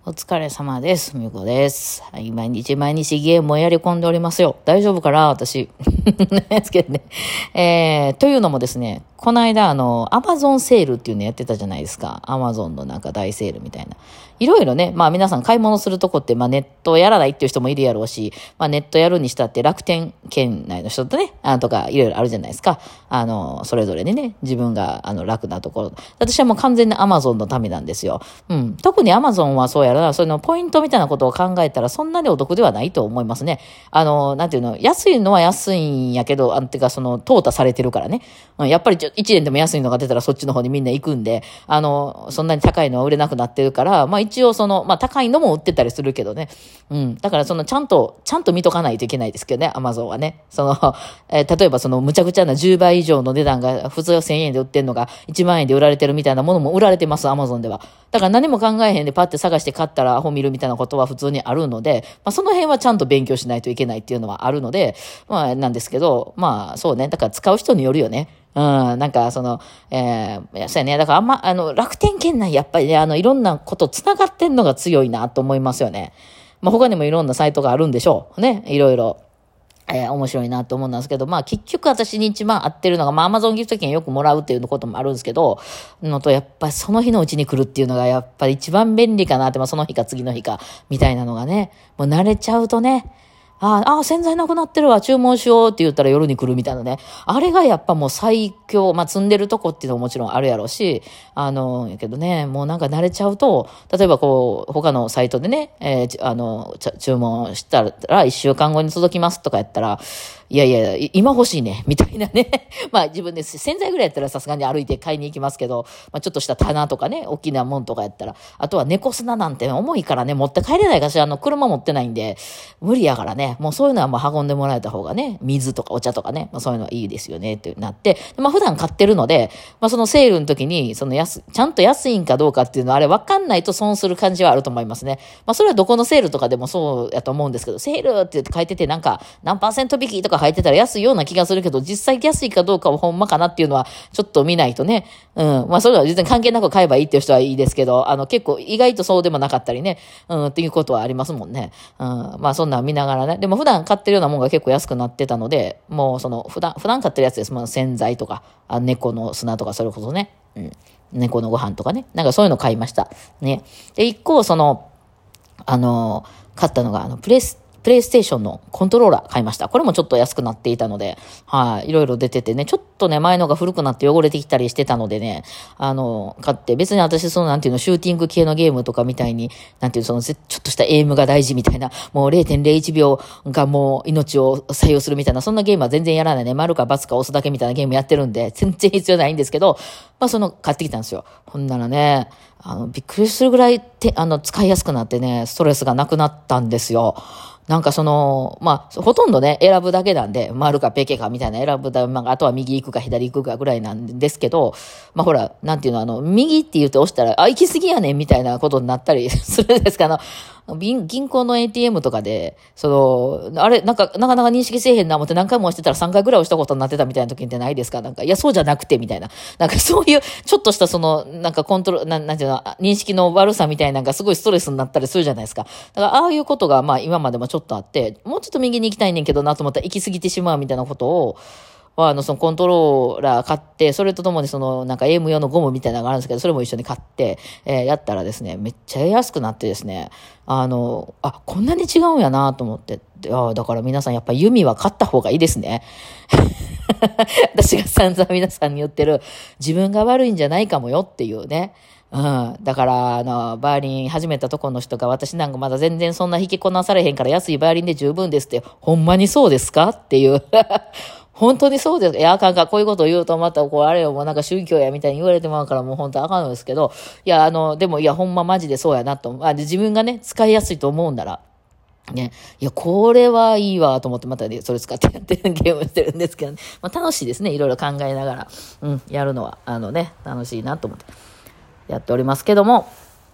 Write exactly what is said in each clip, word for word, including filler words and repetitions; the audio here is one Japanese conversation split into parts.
お疲れ様です。みゆこです。はい、毎日毎日ゲームをやり込んでおりますよ。大丈夫かな私。ですけどね。えー、というのもですね、この間、あの、アマゾンセールっていうのやってたじゃないですか。アマゾンのなんか大セールみたいな。いろいろね、まあ皆さん買い物するとこって、まあネットやらないっていう人もいるやろうし、まあネットやるにしたって楽天圏内の人とね、あとかいろいろあるじゃないですか。あの、それぞれにね、自分があの楽なところ。私はもう完全にアマゾンのためなんですよ。うん。特にアマゾンはそうやろな、そのポイントみたいなことを考えたらそんなにお得ではないと思いますね。あの、なんていうの、安いのは安いんやけど、あんてかその、淘汰されてるからね。うん、やっぱりいちねんでも安いのが出たらそっちの方にみんな行くんで、あの、そんなに高いのは売れなくなってるから、まあ一応その、まあ高いのも売ってたりするけどね。うん。だからその、ちゃんと、ちゃんと見とかないといけないですけどね、アマゾンはね。その、えー、例えばその、むちゃくちゃなじゅうばい以上の値段が普通はせんえんで売ってんのがいちまんえんで売られてるみたいなものも売られてます、アマゾンでは。だから何も考えへんでパッて探して買ったらアホ見るみたいなことは普通にあるので、まあその辺はちゃんと勉強しないといけないっていうのはあるので、まあなんですけど、まあそうね、だから使う人によるよね。うん、なんかその、えー、いや、そうやね。だからあんま、あの、楽天圏内やっぱりね、あの、いろんなこと繋がってんのが強いなと思いますよね。まあ他にもいろんなサイトがあるんでしょう。ね、いろいろ。えー、面白いなと思うんですけど、まあ結局私に一番合ってるのが、まあアマゾンギフト券よくもらうっていうこともあるんですけど、のと、やっぱりその日のうちに来るっていうのがやっぱり一番便利かなって、まあその日か次の日か、みたいなのがね、もう慣れちゃうとね、ああ、洗剤なくなってるわ、注文しようって言ったら夜に来るみたいなね。あれがやっぱもう最強、まあ積んでるとこっていうのももちろんあるやろうし、あの、やけどね、もうなんか慣れちゃうと、例えばこう、他のサイトでね、えー、あの、注文したら一週間後に届きますとかやったら、いやいや、今欲しいね、みたいなね。まあ自分で洗剤ぐらいやったらさすがに歩いて買いに行きますけど、まあちょっとした棚とかね、大きなもんとかやったら、あとは猫砂なんて重いからね、持って帰れないかしら、あの、車持ってないんで、無理やからね、もうそういうのはもう運んでもらえた方がね、水とかお茶とかね、まあそういうのはいいですよね、ってなって、まあ普段買ってるので、まあそのセールの時に、その安、ちゃんと安いんかどうかっていうのはあれ分かんないと損する感じはあると思いますね。まあそれはどこのセールとかでもそうやと思うんですけど、セールって言って書いててなんか何パーセント引きとか入ってたら安いような気がするけど、実際安いかどうかはほんまかなっていうのはちょっと見ないとね、うん、まあそれは全然関係なく買えばいいっていう人はいいですけど、あの結構意外とそうでもなかったりね、うん、っていうことはありますもんね。うん、まあそんなん見ながらね、でも普段買ってるようなもんが結構安くなってたので、もうその普段、普段買ってるやつです。まあ洗剤とか、あ猫の砂とかそれこそね、うん、猫のご飯とかね、なんかそういうの買いました。ね。で、一個その、あの、買ったのが、あの、プレス、プレイステーションのコントローラー買いました。これもちょっと安くなっていたので、はい、いろいろ出ててね、ちょっとね、前のが古くなって汚れてきたりしてたのでね、あの、買って、別に私、その、なんていうの、シューティング系のゲームとかみたいに、なんていうの、その、ちょっとしたエイムが大事みたいな、もう れいてんれいいちびょうがもう命を採用するみたいな、そんなゲームは全然やらないね。丸か×か押すだけみたいなゲームやってるんで、全然必要ないんですけど、まあ、その、買ってきたんですよ。ほんならね、あの、びっくりするぐらいて、あの、使いやすくなってね、ストレスがなくなったんですよ。なんかその、まあ、ほとんどね、選ぶだけなんで、丸かペケかみたいな選ぶだ、まあ、あとは右行くか左行くかぐらいなんですけど、まあほら、なんていうの、あの、右って言って押したら、あ、行き過ぎやねんみたいなことになったりするんですか、あの、銀行の エーティーエム とかで、その、あれ、なんか、なかなか認識せえへんな思って何回も押してたらさんかいぐらい押したことになってたみたいな時ってないですか？なんか、いや、そうじゃなくて、みたいな。なんかそういう、ちょっとしたその、なんかコントロール、ななんていうの、認識の悪さみたいなのがすごいストレスになったりするじゃないですか。だから、ああいうことが、まあ今までもちょっとあって、もうちょっと右に行きたいねんけどなと思ったら行き過ぎてしまうみたいなことを、あの、そのコントローラー買って、それとともにその、なんかエイム用のゴムみたいなのがあるんですけど、それも一緒に買って、えー、やったらですね、めっちゃ安くなってですね、あの、あ、こんなに違うんやなと思って、あ、だから皆さんやっぱ弓は買った方がいいですね。私が散々皆さんに言ってる、自分が悪いんじゃないかもよっていうね。うん。だから、あの、バイオリン始めたとこの人が、私なんかまだ全然そんな弾きこなされへんから安いバイオリンで十分ですって、ほんまにそうですかっていう。本当にそうですか？いや、あかんか、こういうことを言うとまた、こう、あれよ、もうなんか宗教やみたいに言われてまうから、もう本当あかんのですけど、いや、あの、でも、いや、ほんまマジでそうやなと、あ、自分がね、使いやすいと思うんなら、ね。いや、これはいいわと思って、またね、それ使ってやってるゲームしてるんですけど、ね、まあ楽しいですね。いろいろ考えながら、うん、やるのは、あのね、楽しいなと思って、やっておりますけども、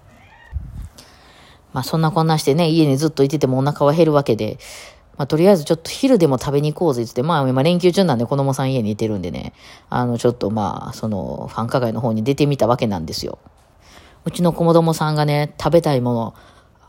まあそんなこんなしてね、家にずっといててもお腹は減るわけで、まあ、とりあえずちょっと昼でも食べに行こうぜって言って、まあ今連休中なんで子供さん家にいてるんでね、あのちょっとまあその繁華街の方に出てみたわけなんですよ。うちの子供さんがね、食べたいもの、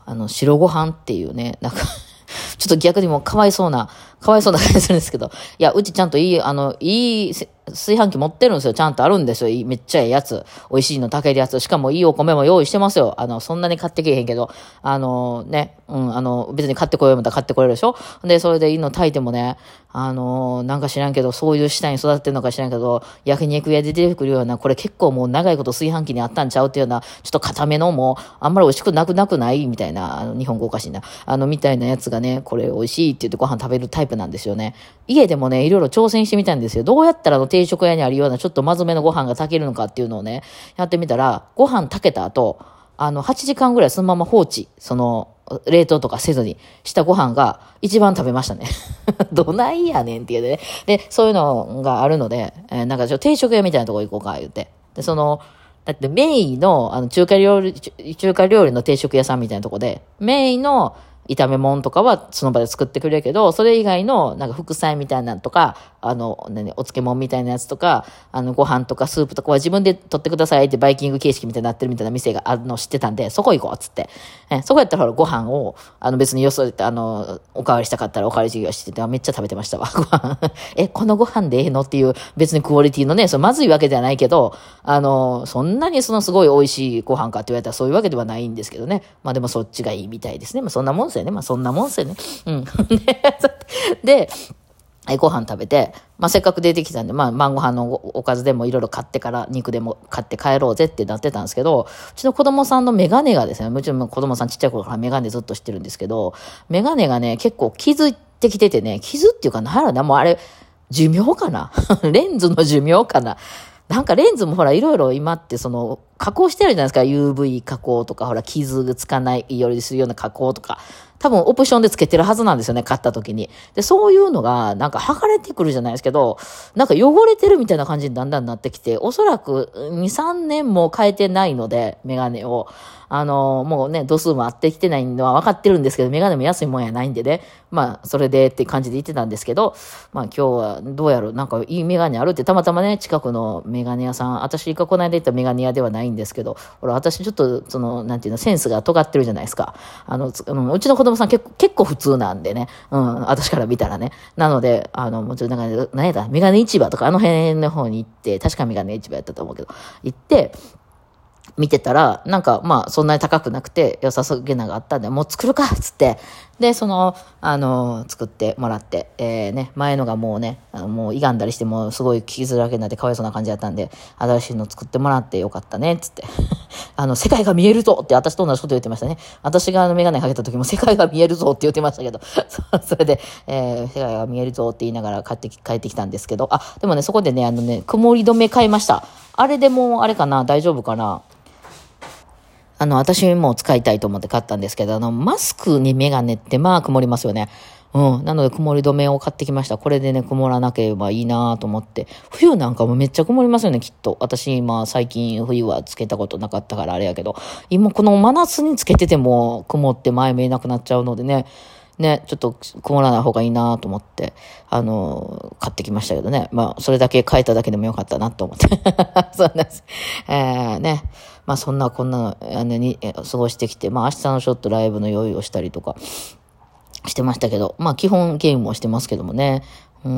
あの、白ご飯っていうね、なんか、ちょっと逆にもうかわいそうな、かわいそうな感じするんですけど、いや、うちちゃんといい、あの、いい炊飯器持ってるんですよ。ちゃんとあるんですよ。いいめっちゃええやつ。美味しいの炊けるやつ。しかもいいお米も用意してますよ。あの、そんなに買ってけえへんけど、あの、ね、うん、あの、別に買ってこようもたら買ってこれるでしょ。で、それでいいの炊いてもね、あの、なんか知らんけど、そういう下に育ってるのか知らんけど、焼肉屋で出てくるような、これ結構もう長いこと炊飯器にあったんちゃうっていうような、ちょっと固めのもう、あんまり美味しくなくなくないみたいな、あの、日本語おかしいな。あの、みたいなやつがね、これ美味しいって言ってご飯食べるタイプなんですよね。家でもね、いろいろ挑戦してみたんですよ。どうやったらあの定食屋にあるようなちょっとまずめのご飯が炊けるのかっていうのをね、やってみたら、ご飯炊けた後、あの、はちじかんぐらいそのまま放置、その、冷凍とかせずにしたご飯が一番食べましたね。どないやねんっていうね。で、そういうのがあるので、えー、なんかちょっと定食屋みたいなとこ行こうか、言って。で、その、だってメインの、あの、中華料理、中華料理の定食屋さんみたいなとこで、メインの炒め物とかはその場で作ってくれるけど、それ以外の、なんか副菜みたいなのとか、あの、何、お漬物みたいなやつとか、あの、ご飯とかスープとかは自分で取ってくださいってバイキング形式みたいになってるみたいな店があるの知ってたんで、そこ行こうっつって。え、そこやったらほらご飯を、あの別によそで、あの、おかわりしたかったらおかわり授業してて、めっちゃ食べてましたわ、ご飯。え、このご飯でええのっていう別にクオリティのね、そのまずいわけではないけど、あの、そんなにそのすごい美味しいご飯かって言われたらそういうわけではないんですけどね。まあでもそっちがいいみたいですね。まあそんなもんですよね。まあそんなもんですよね。うん。で、ご飯食べて、まあ、せっかく出てきたんで、まあ、晩ご飯のおかずでもいろいろ買ってから、肉でも買って帰ろうぜってなってたんですけど、うちの子供さんのメガネがですね、もちろん子供さんちっちゃい頃からメガネずっとしてるんですけど、メガネがね、結構傷ってきててね、傷っていうか、なんやろな、もうあれ、寿命かなレンズの寿命かな。なんかレンズもほらいろいろ今ってその加工してるじゃないですか。ユーブイ 加工とかほら傷がつかないようにするような加工とか。多分オプションでつけてるはずなんですよね。買った時に。で、そういうのがなんか剥がれてくるじゃないですけど、なんか汚れてるみたいな感じにだんだんなってきて、おそらくに、さんねんも変えてないので、メガネを。あの、もうね、度数も合ってきてないのは分かってるんですけど、メガネも安いもんやないんでね。まあ、それでって感じで言ってたんですけど、まあ今日はどうやろう、なんかいいメガネあるってたまたまね、近くのメガネ屋さん、私がこの間行ったメガネ屋ではないんですけど、ほら、私ちょっと、その、なんていうの、センスが尖ってるじゃないですか。あの、うん、うちの子供さん結構、結構普通なんでね。うん、私から見たらね。なので、あの、もちろんなんか、何やったメガネ市場とかあの辺の方に行って、確かメガネ市場やったと思うけど、行って、見てたら、なんか、まあ、そんなに高くなくて、良さそうげながあったんで、もう作るかっつって、で、その、あの、作ってもらって、えー、ね、前のがもうね、あのもう歪んだりして、もうすごい傷だらけになってかわいそうな感じだったんで、新しいの作ってもらってよかったね、つって。あの、世界が見えるぞって私と同じこと言ってましたね。私があのメガネかけた時も世界が見えるぞって言ってましたけど、それで、えー、世界が見えるぞって言いながら帰ってき、帰ってきたんですけど、あ、でもね、そこでね、あのね、曇り止め買いました。あれでもう、あれかな、大丈夫かな。あの、私も使いたいと思って買ったんですけど、あの、マスクにメガネってまあ曇りますよね。うん。なので曇り止めを買ってきました。これでね、曇らなければいいなと思って。冬なんかもめっちゃ曇りますよね、きっと。私今最近冬はつけたことなかったからあれやけど、今この真夏につけてても曇って前見えなくなっちゃうのでね、ね、ちょっと曇らない方がいいなと思って、あの、買ってきましたけどね。まあ、それだけ変えただけでもよかったなと思って。そうなんです。えー、ね。まあ、そんなこんなの、あのに、過ごしてきて、まあ、明日のちょっとライブの用意をしたりとかしてましたけど、まあ、基本ゲームもしてますけどもね。うん、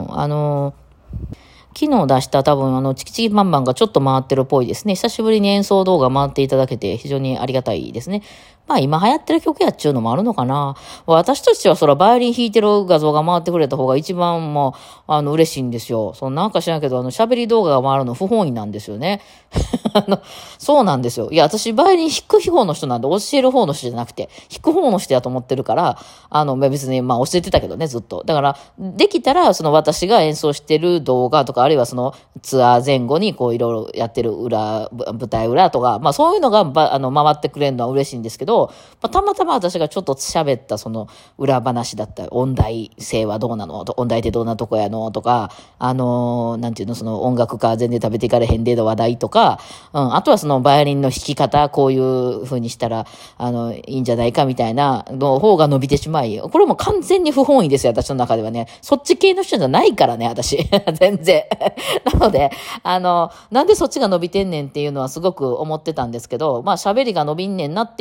あの、昨日出した多分あのチキチキバンバンがちょっと回ってるっぽいですね。久しぶりに演奏動画回っていただけて非常にありがたいですね。まあ今流行ってる曲やっちゅうのもあるのかな。私としてはそらバイオリン弾いてる画像が回ってくれた方が一番もうあの嬉しいんですよ。そのなんか知らんけどあの喋り動画が回るの不本意なんですよね。あの、そうなんですよ。いや私バイオリン弾く方の人なんで教える方の人じゃなくて弾く方の人やと思ってるから、あの別にまあ教えてたけどねずっと。だからできたらその私が演奏してる動画とかあるいはそのツアー前後にこういろいろやってる裏、舞台裏とか、まあそういうのがばあの回ってくれるのは嬉しいんですけど、まあ、たまたま私がちょっと喋ったその裏話だったり、音大生はどうなのと、音大ってどんなとこやのとか、あのー、なんていうの、その音楽家全然食べていかれへんでの話題とか、うん、あとはそのバイオリンの弾き方、こういう風にしたら、あの、いいんじゃないかみたいなの方が伸びてしまい、これも完全に不本意ですよ、私の中ではね。そっち系の人じゃないからね、私。全然。なので、あの、なんでそっちが伸びてんねんっていうのはすごく思ってたんですけど、まあ喋りが伸びんねんなっていうのはそこで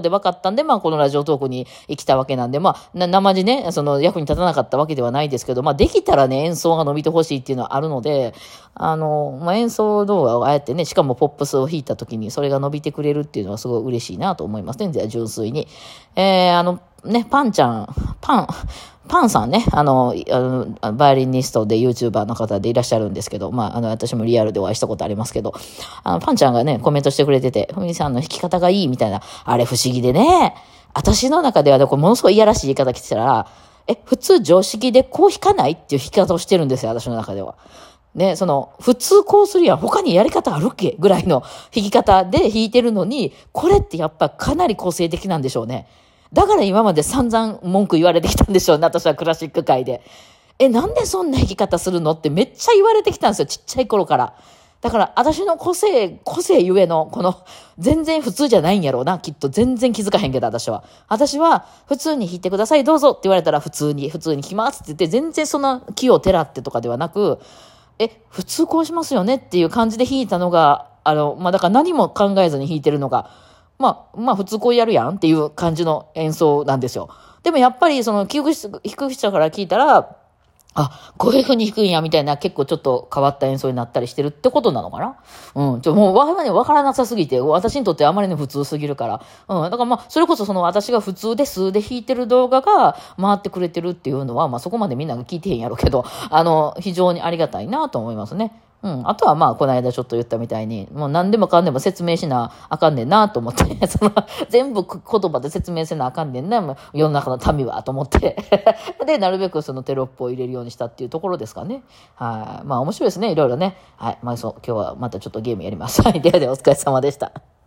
こで分かったんで、まあこのラジオトークに来たわけなんで、まあ、な生地ね、その役に立たなかったわけではないですけど、まあできたらね、演奏が伸びてほしいっていうのはあるので、あの、まあ演奏動画をあえてね、しかもポップスを弾いた時にそれが伸びてくれるっていうのはすごい嬉しいなと思いますね、純粋に。えー、あの、ね、パンちゃん、パン、パンさんね、あの、あの、バイオリニストで YouTuber の方でいらっしゃるんですけど、まあ、あの、私もリアルでお会いしたことありますけど、あの、パンちゃんがね、コメントしてくれてて、ふみさんの弾き方がいいみたいな、あれ不思議でね、私の中では、これものすごいいやらしい言い方来てたら、え、普通常識でこう弾かないっていう弾き方をしてるんですよ、私の中では。ね、その、普通こうするやん、他にやり方あるっけぐらいの弾き方で弾いてるのに、これってやっぱかなり個性的なんでしょうね。だから今まで散々文句言われてきたんでしょうね、私はクラシック界で。え、なんでそんな弾き方するのってめっちゃ言われてきたんですよ、ちっちゃい頃から。だから私の個性、個性ゆえの、この、全然普通じゃないんやろうな、きっと全然気づかへんけど、私は。私は、普通に弾いてください、どうぞって言われたら普通に、普通に弾きますって言って、全然その気をてらってとかではなく、え、普通こうしますよねっていう感じで弾いたのが、あの、まあ、だから何も考えずに弾いてるのが、まあ、まあ普通こうやるやんっていう感じの演奏なんですよ。でもやっぱりその聞く人、弾く人から聞いたら、あ、こういう風に弾くんやみたいな結構ちょっと変わった演奏になったりしてるってことなのかな。うん。ちょ、もうわからわからなさすぎて、私にとってあまりに普通すぎるから。うん。だからまあ、それこそその私が普通で数で弾いてる動画が回ってくれてるっていうのは、まあそこまでみんなが聞いてへんやろうけど、あの、非常にありがたいなと思いますね。うん。あとはまあ、この間ちょっと言ったみたいに、もう何でもかんでも説明しなあかんねんなと思って、その、全部言葉で説明せなあかんねんな、世の中の民はと思って。で、なるべくそのテロップを入れるようにしたっていうところですかね。はい。まあ、面白いですね、いろいろね。はい。まあ、そう、今日はまたちょっとゲームやります。はい。ではではお疲れ様でした。